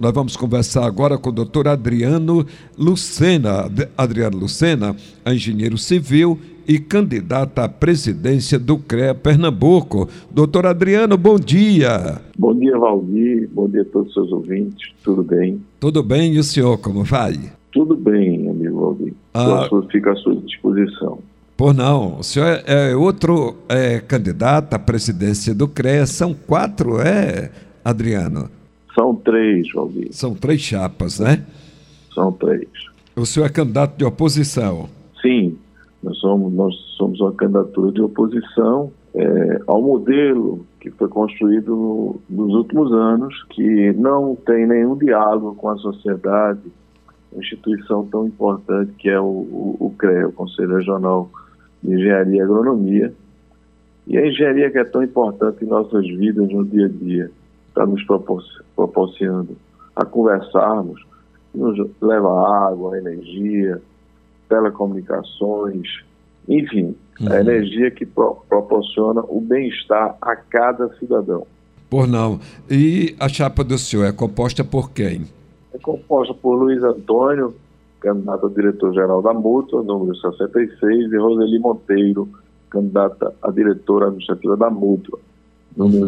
Nós vamos conversar agora com o doutor Adriano Lucena. Adriano Lucena é engenheiro civil e candidato à presidência do CREA Pernambuco. Doutor Adriano, bom dia. Bom dia, Valdir. Bom dia a todos os seus ouvintes. Tudo bem? Tudo bem, e o senhor, como vai? Tudo bem, amigo Valdir. Fico à sua disposição. Por não, o senhor é outro candidato à presidência do CREA. São 4, Adriano? São 3, Valdir. São 3 chapas, né? São 3. O senhor é candidato de oposição? Sim, nós somos uma candidatura de oposição ao modelo que foi construído nos últimos anos, que não tem nenhum diálogo com a sociedade, uma instituição tão importante que é o CREA, o Conselho Regional de Engenharia e Agronomia. E a engenharia que é tão importante em nossas vidas no dia a dia, está nos proporcionando a conversarmos, nos leva água, energia, telecomunicações, enfim, a energia que proporciona o bem-estar a cada cidadão. Por não. E a chapa do senhor é composta por quem? É composta por Luiz Antônio, candidato a diretor-geral da Mútua, número 66, e Roseli Monteiro, candidata a diretora administrativa da Mútua, número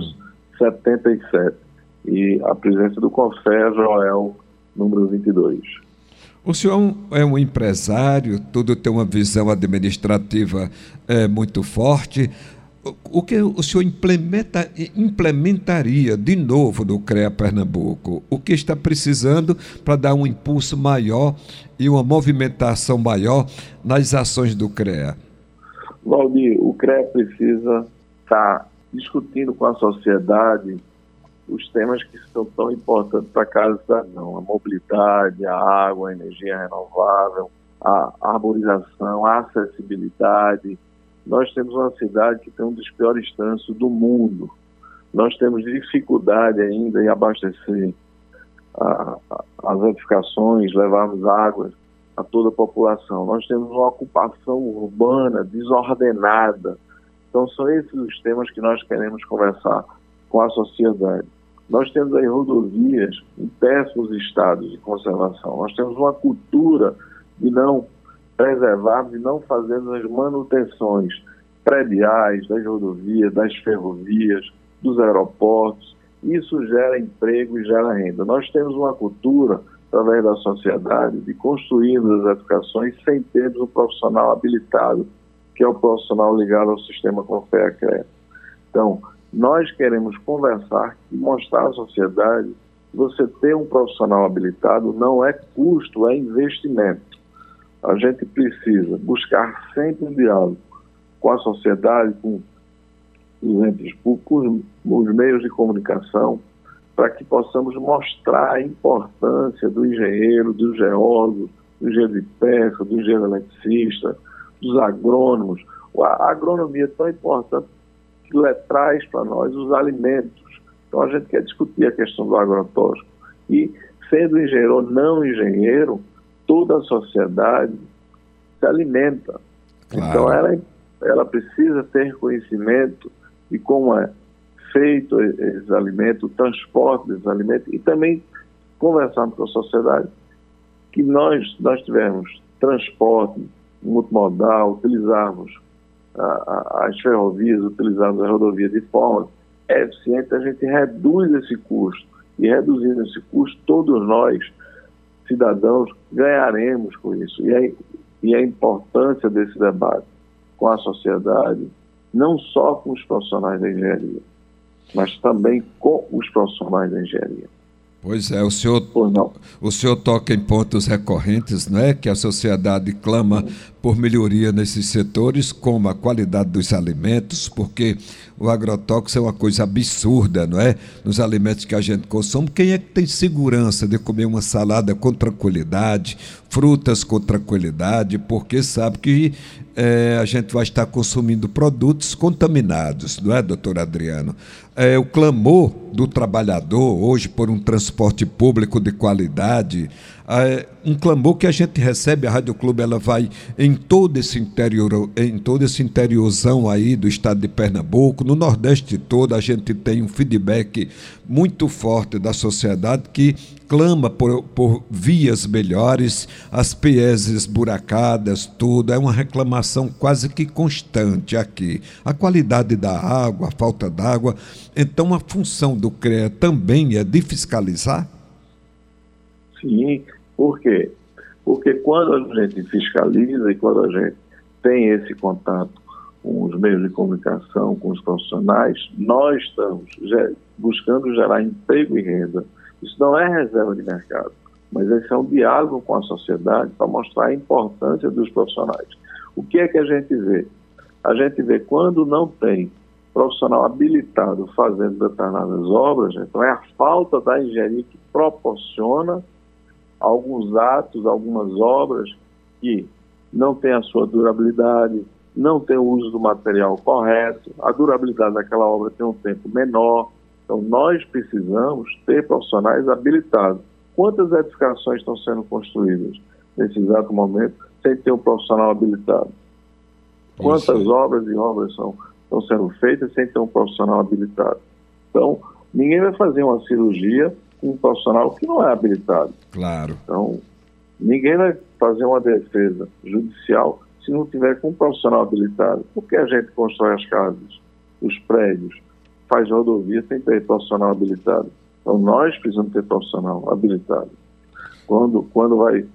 77. E a presidência do CONFER, Joel, número 22. O senhor é um empresário, tudo tem uma visão administrativa muito forte. O que o senhor implementaria de novo no CREA Pernambuco? O que está precisando para dar um impulso maior e uma movimentação maior nas ações do CREA? Valdir, o CREA precisa estar discutindo com a sociedade os temas que são tão importantes para cada cidadão: a mobilidade, a água, a energia renovável, a arborização, a acessibilidade. Nós temos uma cidade que tem um dos piores trânsitos do mundo. Nós temos dificuldade ainda em abastecer as edificações, levarmos água a toda a população. Nós temos uma ocupação urbana desordenada. Então são esses os temas que nós queremos conversar com a sociedade. Nós temos aí rodovias em péssimos estados de conservação. Nós temos uma cultura de não preservarmos e não fazermos as manutenções prediais das rodovias, das ferrovias, dos aeroportos. Isso gera emprego e gera renda. Nós temos uma cultura, através da sociedade, de construirmos as edificações sem termos um profissional habilitado, que é o profissional ligado ao sistema CONFER-CREA. Então, nós queremos conversar e mostrar à sociedade que você ter um profissional habilitado não é custo, é investimento. A gente precisa buscar sempre um diálogo com a sociedade, com os entes públicos, os meios de comunicação, para que possamos mostrar a importância do engenheiro, do geólogo, do engenheiro de pesca, do engenheiro eletricista, dos agrônomos. A agronomia é tão importante que traz para nós os alimentos. Então a gente quer discutir a questão do agrotóxico. E, sendo engenheiro ou não engenheiro, toda a sociedade se alimenta. Claro. Então ela precisa ter conhecimento de como é feito esses alimentos, o transporte desses alimentos, e também conversarmos com a sociedade que nós tivermos transporte multimodal, utilizarmos as ferrovias, utilizarmos a rodovia de forma eficiente, a gente reduz esse custo. E reduzindo esse custo, todos nós, cidadãos, ganharemos com isso. E a importância desse debate com a sociedade, não só com os profissionais da engenharia, mas também com os profissionais da engenharia. Pois é, o senhor toca em pontos recorrentes, né, que a sociedade clama por melhoria nesses setores, como a qualidade dos alimentos, porque o agrotóxico é uma coisa absurda, não é? Nos alimentos que a gente consome, quem é que tem segurança de comer uma salada com tranquilidade, frutas com tranquilidade, porque sabe que a gente vai estar consumindo produtos contaminados, não é, doutor Adriano? O clamor do trabalhador hoje por um transporte público de qualidade, Um clamor que a gente recebe, a Rádio Clube, ela vai em todo esse interiorzão aí do estado de Pernambuco, no Nordeste todo, a gente tem um feedback muito forte da sociedade que clama por vias melhores, as PEs esburacadas, tudo, é uma reclamação quase que constante aqui. A qualidade da água, a falta d'água. Então, a função do CREA também é de fiscalizar? Sim, por quê? Porque quando a gente fiscaliza e quando a gente tem esse contato com os meios de comunicação, com os profissionais, nós estamos buscando gerar emprego e renda. Isso não é reserva de mercado, mas esse é um diálogo com a sociedade para mostrar a importância dos profissionais. O que é que a gente vê? A gente vê quando não tem profissional habilitado fazendo determinadas obras, então é a falta da engenharia que proporciona alguns atos, algumas obras que não têm a sua durabilidade, não tem o uso do material correto, a durabilidade daquela obra tem um tempo menor. Então, nós precisamos ter profissionais habilitados. Quantas edificações estão sendo construídas nesse exato momento sem ter um profissional habilitado? Quantas obras e obras estão sendo feitas sem ter um profissional habilitado? Então, ninguém vai fazer uma cirurgia com um profissional que não é habilitado. Claro. Então, ninguém vai fazer uma defesa judicial se não tiver com um profissional habilitado. Por que a gente constrói as casas, os prédios, faz rodovia sem ter profissional habilitado? Então, nós precisamos ter profissional habilitado. Quando vai,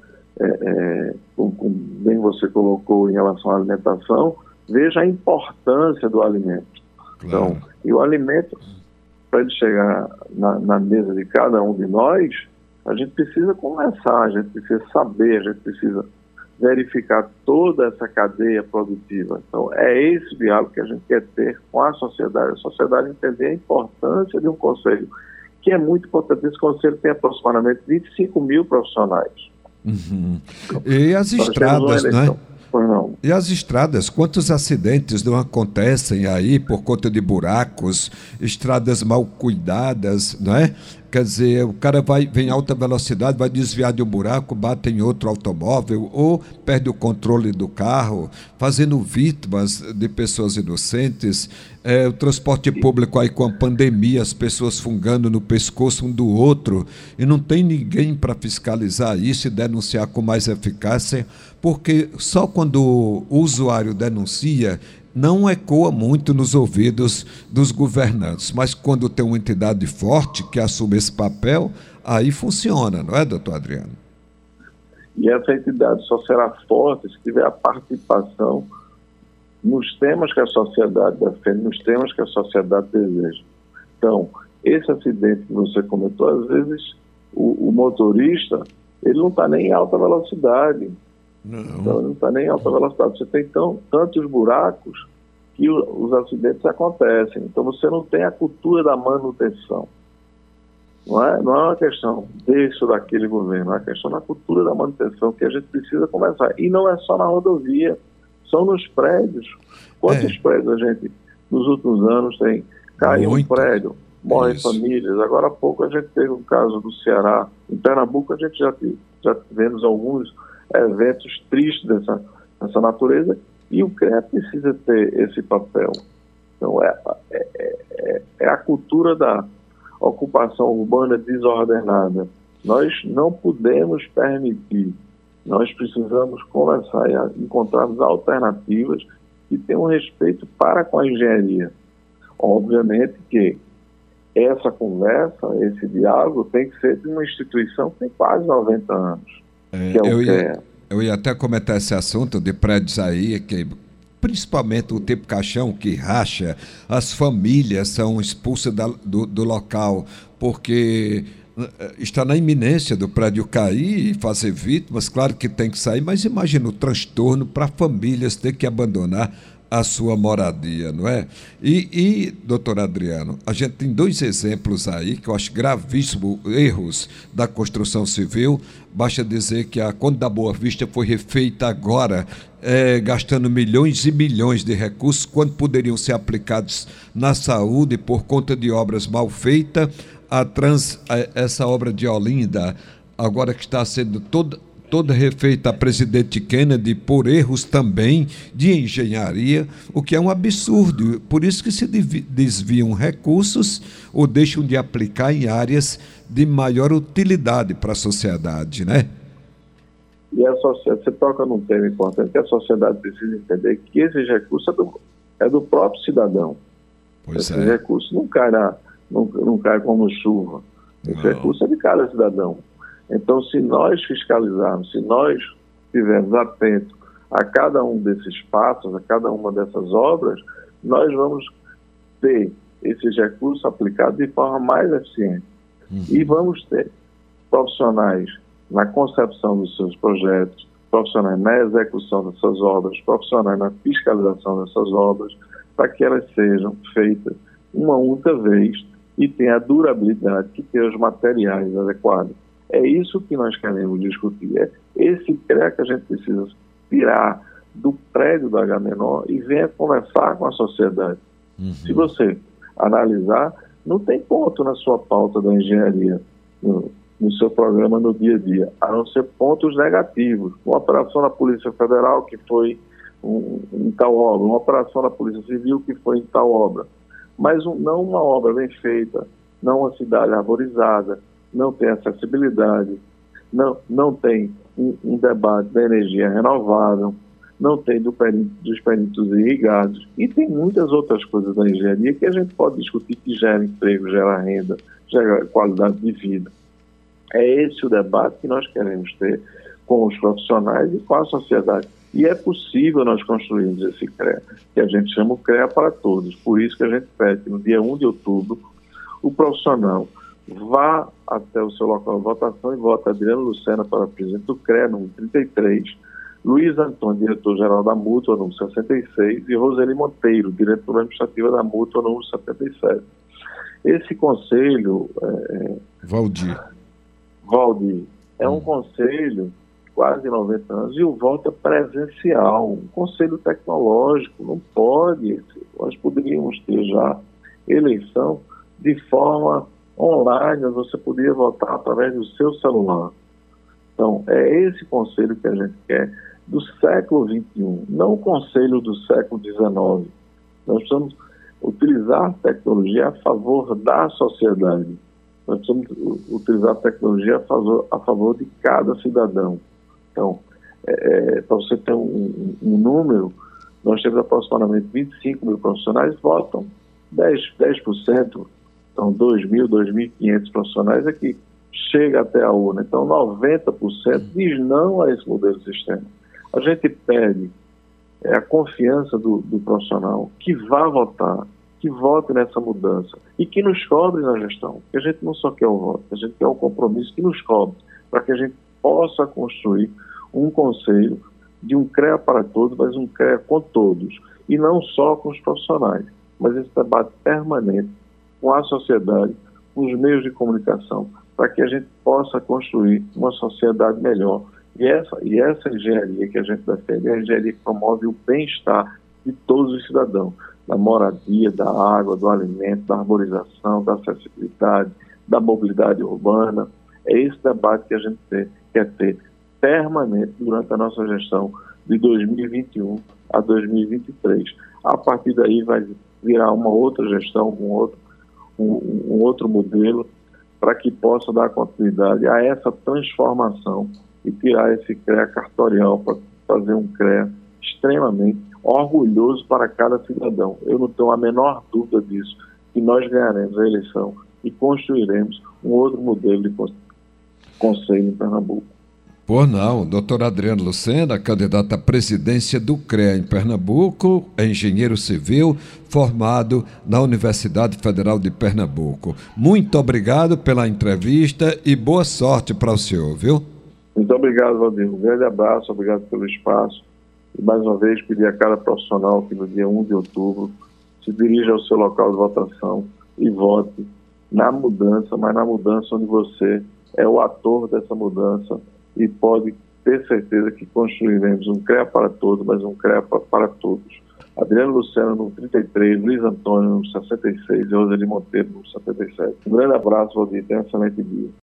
como bem você colocou em relação à alimentação, veja a importância do alimento. Claro. Então, e o alimento, para ele chegar na mesa de cada um de nós, a gente precisa começar, a gente precisa saber, a gente precisa verificar toda essa cadeia produtiva. Então, é esse diálogo que a gente quer ter com a sociedade entender a importância de um conselho, que é muito importante. Esse conselho tem aproximadamente 25 mil profissionais. Uhum. E as estradas, né? Não. E as estradas, quantos acidentes não acontecem aí por conta de buracos, estradas mal cuidadas, não é? Quer dizer, o cara vem em alta velocidade, vai desviar de um buraco, bate em outro automóvel ou perde o controle do carro, fazendo vítimas de pessoas inocentes. O transporte público aí com a pandemia, as pessoas fungando no pescoço um do outro e não tem ninguém para fiscalizar isso e denunciar com mais eficácia, porque só quando o usuário denuncia, não ecoa muito nos ouvidos dos governantes, mas quando tem uma entidade forte que assume esse papel, aí funciona, não é, doutor Adriano? E essa entidade só será forte se tiver a participação nos temas que a sociedade defende, nos temas que a sociedade deseja. Então, esse acidente que você comentou, às vezes o motorista, ele não está nem em alta velocidade. Não. Então, ele não está nem em alta velocidade. Você tem tantos buracos que os acidentes acontecem. Então, você não tem a cultura da manutenção. Não é uma questão desse ou daquele governo, é uma questão da cultura da manutenção que a gente precisa começar. E não é só na rodovia, são nos prédios. Quantos prédios a gente, nos últimos anos, tem? Caiu um prédio, morrem famílias. Agora há pouco a gente teve um caso do Ceará. Em Pernambuco a gente já tivemos alguns eventos tristes dessa natureza, e o CREA precisa ter esse papel. Então, é a cultura da ocupação urbana desordenada. Nós não podemos permitir, nós precisamos conversar e encontrarmos alternativas que tenham respeito para com a engenharia. Obviamente que essa conversa, esse diálogo tem que ser de uma instituição que tem quase 90 anos. Eu ia até comentar esse assunto de prédios aí, que principalmente o tipo caixão que racha, as famílias são expulsas do local, porque está na iminência do prédio cair e fazer vítimas. Claro que tem que sair, mas imagina o transtorno para famílias ter que abandonar a sua moradia, não é? E, doutor Adriano, a gente tem dois exemplos aí que eu acho gravíssimos, erros da construção civil. Basta dizer que a Conde da Boa Vista foi refeita agora, gastando milhões e milhões de recursos, quando poderiam ser aplicados na saúde por conta de obras mal feitas. Essa obra de Olinda, agora que está sendo toda refeita a presidente Kennedy por erros também de engenharia, o que é um absurdo. Por isso que se desviam recursos ou deixam de aplicar em áreas de maior utilidade para a sociedade, né? E a sociedade, você toca num tema importante, que a sociedade precisa entender que esse recurso é do próprio cidadão. Esse recurso não cai como chuva. Esse recurso é de cada cidadão. Então, se nós fiscalizarmos, se nós estivermos atentos a cada um desses passos, a cada uma dessas obras, nós vamos ter esses recursos aplicados de forma mais eficiente. E vamos ter profissionais na concepção dos seus projetos, profissionais na execução dessas obras, profissionais na fiscalização dessas obras, para que elas sejam feitas uma única vez e tenha a durabilidade, que tenha os materiais adequados. É isso que nós queremos discutir. É esse CREA que a gente precisa tirar do prédio do Agamenon e venha conversar com a sociedade. Se você analisar, não tem ponto na sua pauta da engenharia, no seu programa no dia a dia, a não ser pontos negativos. Uma operação da Polícia Federal que foi em tal obra, uma operação da Polícia Civil que foi em tal obra. Mas não uma obra bem feita, não uma cidade arborizada, não tem acessibilidade, não tem um debate da energia renovável, não tem dos peritos irrigados, e tem muitas outras coisas da engenharia que a gente pode discutir, que gera emprego, gera renda, gera qualidade de vida. É esse o debate que nós queremos ter com os profissionais e com a sociedade. E é possível nós construirmos esse CREA, que a gente chama o CREA para todos. Por isso que a gente pede que no dia 1 de outubro o profissional vá até o seu local de votação e vote Adriano Lucena para presidente do CREA, número 33, Luiz Antônio, diretor-geral da Mútua, número 66, e Roseli Monteiro, diretora administrativa da Mútua, número 77. Esse conselho... Valdir, é um conselho quase 90 anos, e o voto é presencial, um conselho tecnológico, não pode, nós poderíamos ter já eleição de forma online, você poderia votar através do seu celular. Então, é esse conselho que a gente quer do século XXI, não o conselho do século XIX. Nós precisamos utilizar a tecnologia a favor da sociedade. Nós precisamos utilizar a tecnologia a favor de cada cidadão. Então, para você ter um número, nós temos aproximadamente 25 mil profissionais, votam 10%, então 2.000, 2.500 profissionais é que chega até a urna. Então, 90% diz não a esse modelo de sistema. A gente pede a confiança do profissional que vá votar, que vote nessa mudança e que nos cobre na gestão. Porque a gente não só quer o voto, a gente quer o compromisso que nos cobre, para que a gente possa construir um conselho de um CREA para todos, mas um CREA com todos, e não só com os profissionais, mas esse debate permanente com a sociedade, com os meios de comunicação, para que a gente possa construir uma sociedade melhor. E essa engenharia que a gente defende é a engenharia que promove o bem-estar de todos os cidadãos, da moradia, da água, do alimento, da arborização, da acessibilidade, da mobilidade urbana. É esse debate que a gente quer ter permanente durante a nossa gestão de 2021 a 2023. A partir daí vai virar uma outra gestão, um outro modelo, para que possa dar continuidade a essa transformação e tirar esse CREA cartorial para fazer um CREA extremamente orgulhoso para cada cidadão. Eu não tenho a menor dúvida disso, que nós ganharemos a eleição e construiremos um outro modelo de conselho em Pernambuco. Por não, doutor Adriano Lucena, candidato à presidência do CREA em Pernambuco, é engenheiro civil, formado na Universidade Federal de Pernambuco. Muito obrigado pela entrevista e boa sorte para o senhor, viu? Muito obrigado, Valdir. Um grande abraço, obrigado pelo espaço. E mais uma vez pedir a cada profissional que no dia 1 de outubro se dirija ao seu local de votação e vote na mudança, mas na mudança onde você é o ator dessa mudança, e pode ter certeza que construiremos um CREA para todos, mas um CREA para todos. Adriano Lucena, no 33, Luiz Antônio, no 66 e Roseli Monteiro, no 77. Um grande abraço, Valdir. Tenha um excelente dia.